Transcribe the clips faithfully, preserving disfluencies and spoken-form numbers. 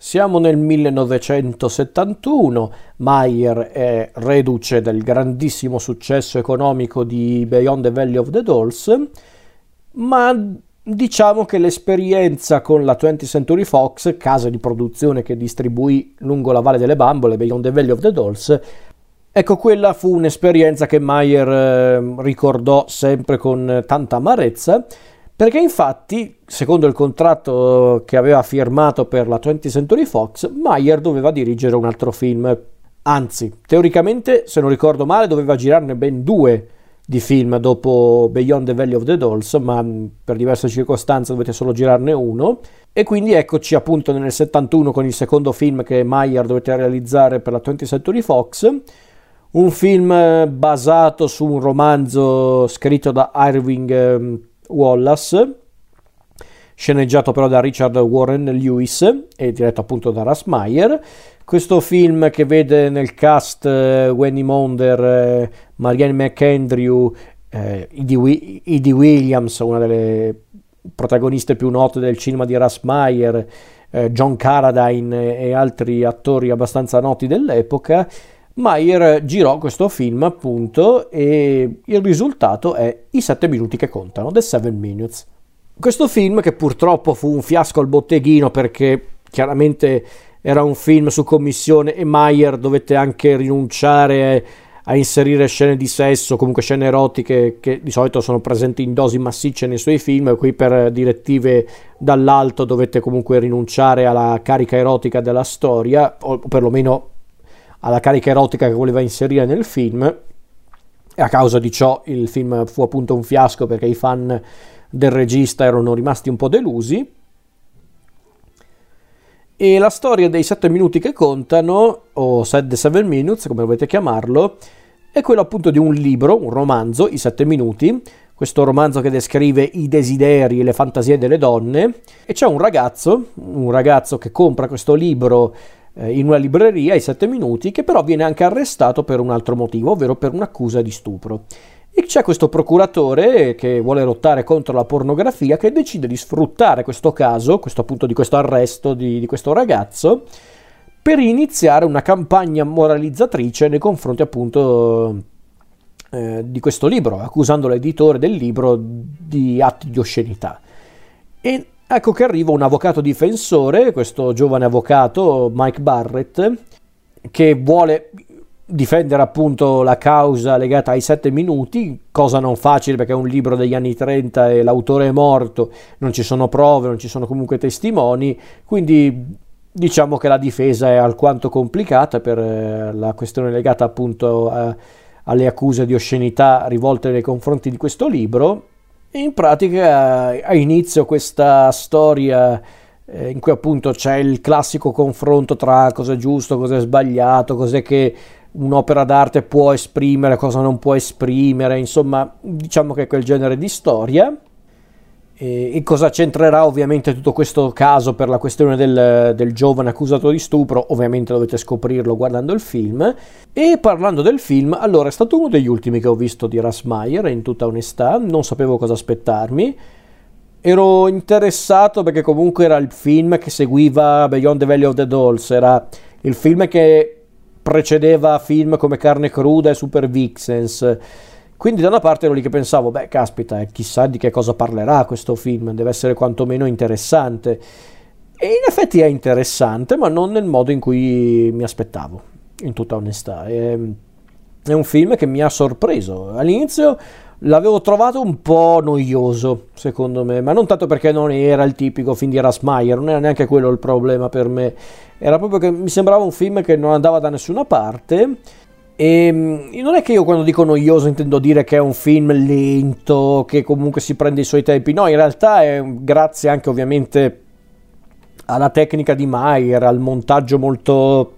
Siamo nel millenovecentosettantuno, Meyer è reduce del grandissimo successo economico di Beyond the Valley of the Dolls, ma diciamo che l'esperienza con la twentieth Century Fox, casa di produzione che distribuì lungo la Valle delle Bambole, Beyond the Valley of the Dolls, ecco, quella fu un'esperienza che Meyer eh, ricordò sempre con tanta amarezza, perché infatti, secondo il contratto che aveva firmato per la twentieth Century Fox, Meyer doveva dirigere un altro film. Anzi, teoricamente, se non ricordo male, doveva girarne ben due di film dopo Beyond the Valley of the Dolls, ma per diverse circostanze dovete solo girarne uno. E quindi eccoci appunto nel settantuno con il secondo film che Meyer dovette realizzare per la twentieth Century Fox. Un film basato su un romanzo scritto da Irving Wallace, sceneggiato però da Richard Warren Lewis e diretto appunto da Russ Meyer. Questo film che vede nel cast uh, Wendy Maunder, uh, Marianne McAndrew, uh, Edie, Edie Williams, una delle protagoniste più note del cinema di Russ Meyer, uh, John Carradine e altri attori abbastanza noti dell'epoca. Meyer girò questo film appunto e il risultato è I sette minuti che contano, The Seven Minutes. Questo film, che purtroppo fu un fiasco al botteghino perché chiaramente era un film su commissione e Meyer dovette anche rinunciare a inserire scene di sesso, comunque scene erotiche che di solito sono presenti in dosi massicce nei suoi film, qui per direttive dall'alto dovette comunque rinunciare alla carica erotica della storia, o perlomeno alla carica erotica che voleva inserire nel film, e a causa di ciò il film fu appunto un fiasco perché i fan del regista erano rimasti un po' delusi. E la storia dei sette minuti che contano, o The Seven Minutes come volete chiamarlo, è quello appunto di un libro, un romanzo, I sette minuti, questo romanzo che descrive i desideri e le fantasie delle donne, e c'è un ragazzo, un ragazzo che compra questo libro in una libreria, I sette minuti, che però viene anche arrestato per un altro motivo, ovvero per un'accusa di stupro. E c'è questo procuratore che vuole lottare contro la pornografia, che decide di sfruttare questo caso, questo appunto di questo arresto di, di questo ragazzo, per iniziare una campagna moralizzatrice nei confronti appunto eh, di questo libro, accusando l'editore del libro di atti di oscenità. E ecco che arriva un avvocato difensore, questo giovane avvocato Mike Barrett, che vuole difendere appunto la causa legata ai sette minuti, cosa non facile perché è un libro degli anni trenta e l'autore è morto, non ci sono prove, non ci sono comunque testimoni, quindi diciamo che la difesa è alquanto complicata per la questione legata appunto a, alle accuse di oscenità rivolte nei confronti di questo libro. In pratica ha inizio questa storia eh, in cui appunto c'è il classico confronto tra cosa è giusto, cosa è sbagliato, cos'è che un'opera d'arte può esprimere, cosa non può esprimere, insomma diciamo che è quel genere di storia. E, e cosa c'entrerà ovviamente tutto questo caso per la questione del, del giovane accusato di stupro, ovviamente dovete scoprirlo guardando il film. E parlando del film, allora è stato uno degli ultimi che ho visto di Russ Meyer, in tutta onestà, non sapevo cosa aspettarmi, ero interessato perché comunque era il film che seguiva Beyond the Valley of the Dolls, era il film che precedeva film come Carne Cruda e Super Vixens. Quindi da una parte ero lì che pensavo, beh caspita, eh, chissà di che cosa parlerà questo film, deve essere quantomeno interessante. E in effetti è interessante, ma non nel modo in cui mi aspettavo, in tutta onestà. È, è un film che mi ha sorpreso. All'inizio l'avevo trovato un po' noioso, secondo me, ma non tanto perché non era il tipico film di Russ Meyer, non era neanche quello il problema per me. Era proprio che mi sembrava un film che non andava da nessuna parte. E non è che io quando dico noioso intendo dire che è un film lento, che comunque si prende i suoi tempi, no, in realtà è grazie anche ovviamente alla tecnica di Meyer, al montaggio molto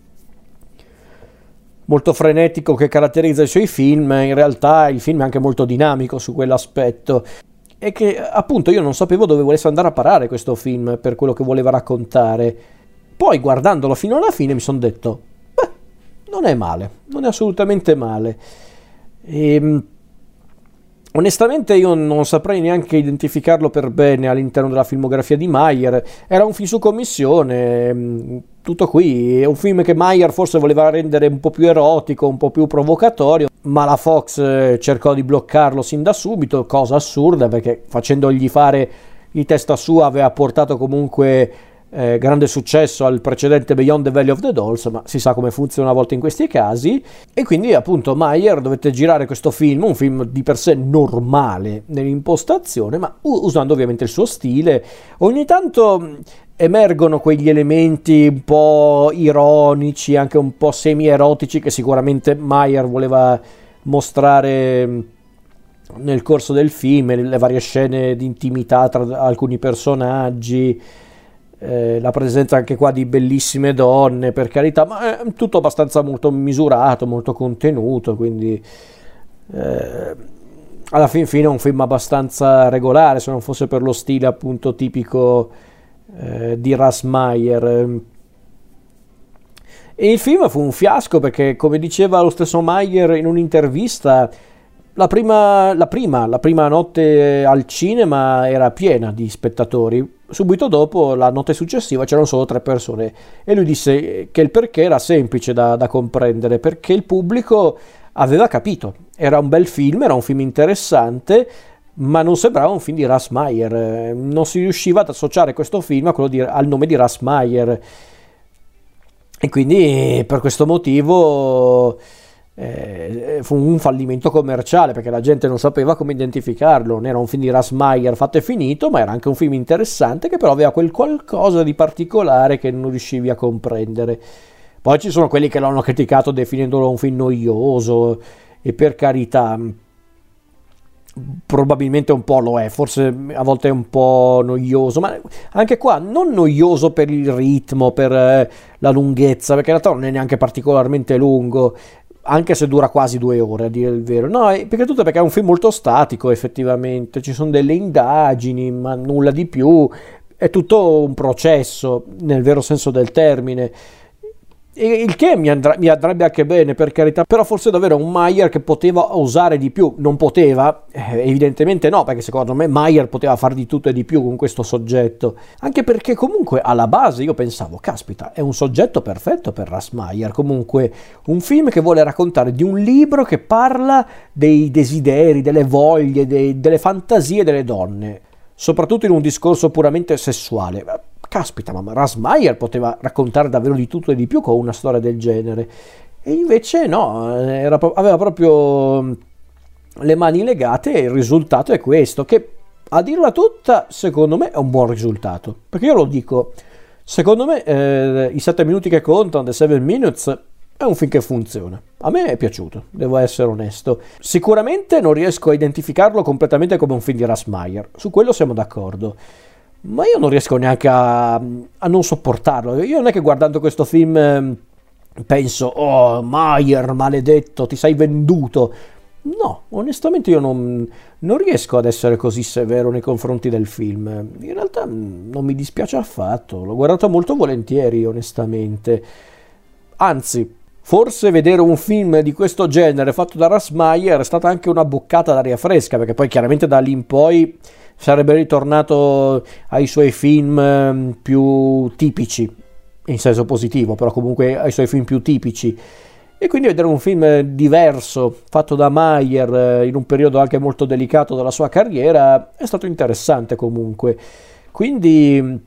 molto frenetico che caratterizza i suoi film, in realtà il film è anche molto dinamico su quell'aspetto, e che appunto io non sapevo dove volesse andare a parare questo film per quello che voleva raccontare. Poi guardandolo fino alla fine mi sono detto, non è male, non è assolutamente male. E, Onestamente io non saprei neanche identificarlo per bene all'interno della filmografia di Meyer. Era un film su commissione, tutto qui. È un film che Meyer forse voleva rendere un po' più erotico, un po' più provocatorio, ma la Fox cercò di bloccarlo sin da subito, cosa assurda perché facendogli fare di testa sua aveva portato comunque Eh, grande successo al precedente Beyond the Valley of the Dolls, ma si sa come funziona a volte in questi casi, e quindi appunto Meyer dovette girare questo film, un film di per sé normale nell'impostazione, ma usando ovviamente il suo stile. Ogni tanto emergono quegli elementi un po' ironici, anche un po' semi-erotici che sicuramente Meyer voleva mostrare nel corso del film, le varie scene di intimità tra alcuni personaggi. Eh, la presenza anche qua di bellissime donne, per carità, ma è tutto abbastanza molto misurato, molto contenuto, quindi eh, alla fin fine è un film abbastanza regolare, se non fosse per lo stile appunto tipico eh, di Russ Meyer. E il film fu un fiasco perché, come diceva lo stesso Meyer in un'intervista, La prima, la, prima, la prima notte al cinema era piena di spettatori, subito dopo, la notte successiva, c'erano solo tre persone, e lui disse che il perché era semplice da, da comprendere, perché il pubblico aveva capito, era un bel film, era un film interessante, ma non sembrava un film di Russ Meyer, non si riusciva ad associare questo film a quello di, al nome di Russ Meyer, e quindi per questo motivo Eh, fu un fallimento commerciale perché la gente non sapeva come identificarlo. Non era un film di Russ Meyer fatto e finito, ma era anche un film interessante che però aveva quel qualcosa di particolare che non riuscivi a comprendere. Poi ci sono quelli che l'hanno criticato definendolo un film noioso, e per carità probabilmente un po' lo è, forse a volte è un po' noioso, ma anche qua non noioso per il ritmo, per eh, la lunghezza, perché in realtà non è neanche particolarmente lungo, anche se dura quasi due ore a dire il vero. No, è perché tutto perché è un film molto statico, effettivamente ci sono delle indagini ma nulla di più, è tutto un processo nel vero senso del termine, il che mi, andrà, mi andrebbe anche bene, per carità, però forse davvero un Meyer che poteva osare di più. Non poteva, eh, evidentemente no, perché secondo me Meyer poteva fare di tutto e di più con questo soggetto, anche perché comunque alla base io pensavo, caspita, è un soggetto perfetto per Russ Meyer, comunque un film che vuole raccontare di un libro che parla dei desideri, delle voglie, dei, delle fantasie delle donne, soprattutto in un discorso puramente sessuale. Caspita, ma Russ Meyer poteva raccontare davvero di tutto e di più con una storia del genere, e invece no, era, aveva proprio le mani legate, e il risultato è questo, che a dirla tutta secondo me è un buon risultato, perché io lo dico, secondo me eh, i sette minuti che contano, The Seven Minutes, è un film che funziona. A me è piaciuto, devo essere onesto. Sicuramente non riesco a identificarlo completamente come un film di Russ Meyer, su quello siamo d'accordo, ma io non riesco neanche a, a non sopportarlo. Io non è che guardando questo film penso, oh Meyer maledetto, ti sei venduto. No, onestamente io non, non riesco ad essere così severo nei confronti del film. In realtà non mi dispiace affatto, l'ho guardato molto volentieri, onestamente. Anzi, forse vedere un film di questo genere fatto da Russ Meyer è stata anche una boccata d'aria fresca, perché poi chiaramente da lì in poi sarebbe ritornato ai suoi film più tipici, in senso positivo, però comunque ai suoi film più tipici, e quindi vedere un film diverso fatto da Meyer in un periodo anche molto delicato della sua carriera è stato interessante comunque. Quindi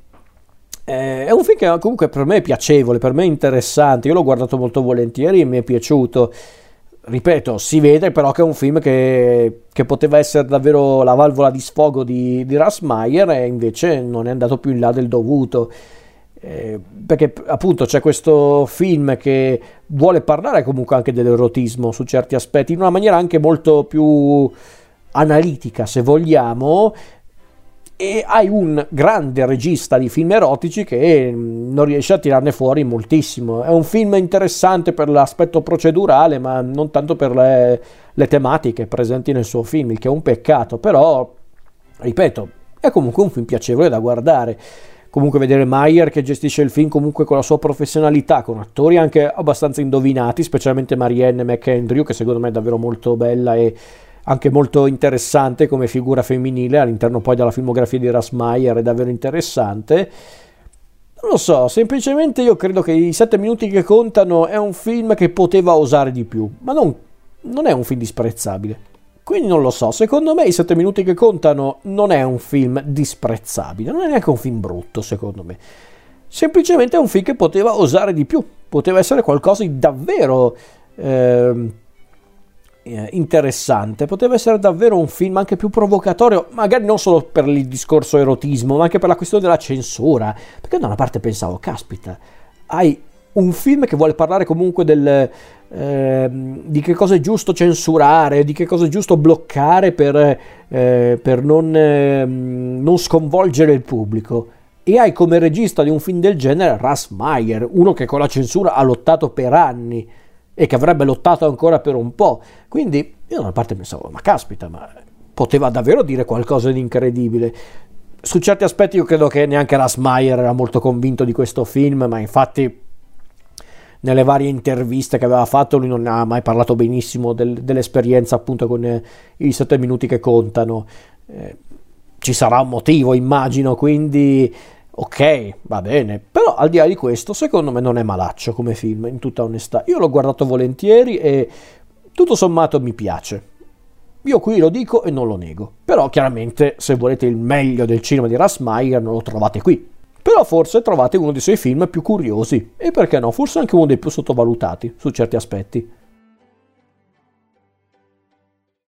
eh, è un film che comunque per me è piacevole, per me è interessante, io l'ho guardato molto volentieri e mi è piaciuto. Ripeto, si vede però che è un film che, che poteva essere davvero la valvola di sfogo di, di Russ Meyer, e invece non è andato più in là del dovuto, eh, perché appunto c'è questo film che vuole parlare comunque anche dell'erotismo su certi aspetti, in una maniera anche molto più analitica, se vogliamo, e hai un grande regista di film erotici che non riesce a tirarne fuori moltissimo. È un film interessante per l'aspetto procedurale, ma non tanto per le, le tematiche presenti nel suo film, il che è un peccato, però, ripeto, è comunque un film piacevole da guardare. Comunque vedere Meyer che gestisce il film comunque con la sua professionalità, con attori anche abbastanza indovinati, specialmente Marianne McAndrew, che secondo me è davvero molto bella e anche molto interessante come figura femminile all'interno poi della filmografia di Russ Meyer, è davvero interessante. Non lo so, semplicemente io credo che I sette minuti che contano è un film che poteva osare di più, ma non, non è un film disprezzabile. Quindi non lo so, secondo me I sette minuti che contano non è un film disprezzabile, non è neanche un film brutto secondo me. Semplicemente è un film che poteva osare di più, poteva essere qualcosa di davvero eh, interessante, poteva essere davvero un film anche più provocatorio, magari non solo per il discorso erotismo, ma anche per la questione della censura, perché da una parte pensavo, caspita, hai un film che vuole parlare comunque del, eh, di che cosa è giusto censurare, di che cosa è giusto bloccare per, eh, per non, eh, non sconvolgere il pubblico, e hai come regista di un film del genere Russ Meyer, uno che con la censura ha lottato per anni e che avrebbe lottato ancora per un po'. Quindi io da una parte pensavo, ma caspita, ma poteva davvero dire qualcosa di incredibile. Su certi aspetti io credo che neanche Russ Meyer era molto convinto di questo film, ma infatti nelle varie interviste che aveva fatto lui non ha mai parlato benissimo del, dell'esperienza appunto con eh, i sette minuti che contano. Eh, ci sarà un motivo, immagino, quindi ok, va bene, però al di là di questo secondo me non è malaccio come film, in tutta onestà. Io l'ho guardato volentieri e tutto sommato mi piace. Io qui lo dico e non lo nego, però chiaramente se volete il meglio del cinema di Russ Meyer non lo trovate qui. Però forse trovate uno dei suoi film più curiosi e perché no, forse anche uno dei più sottovalutati su certi aspetti.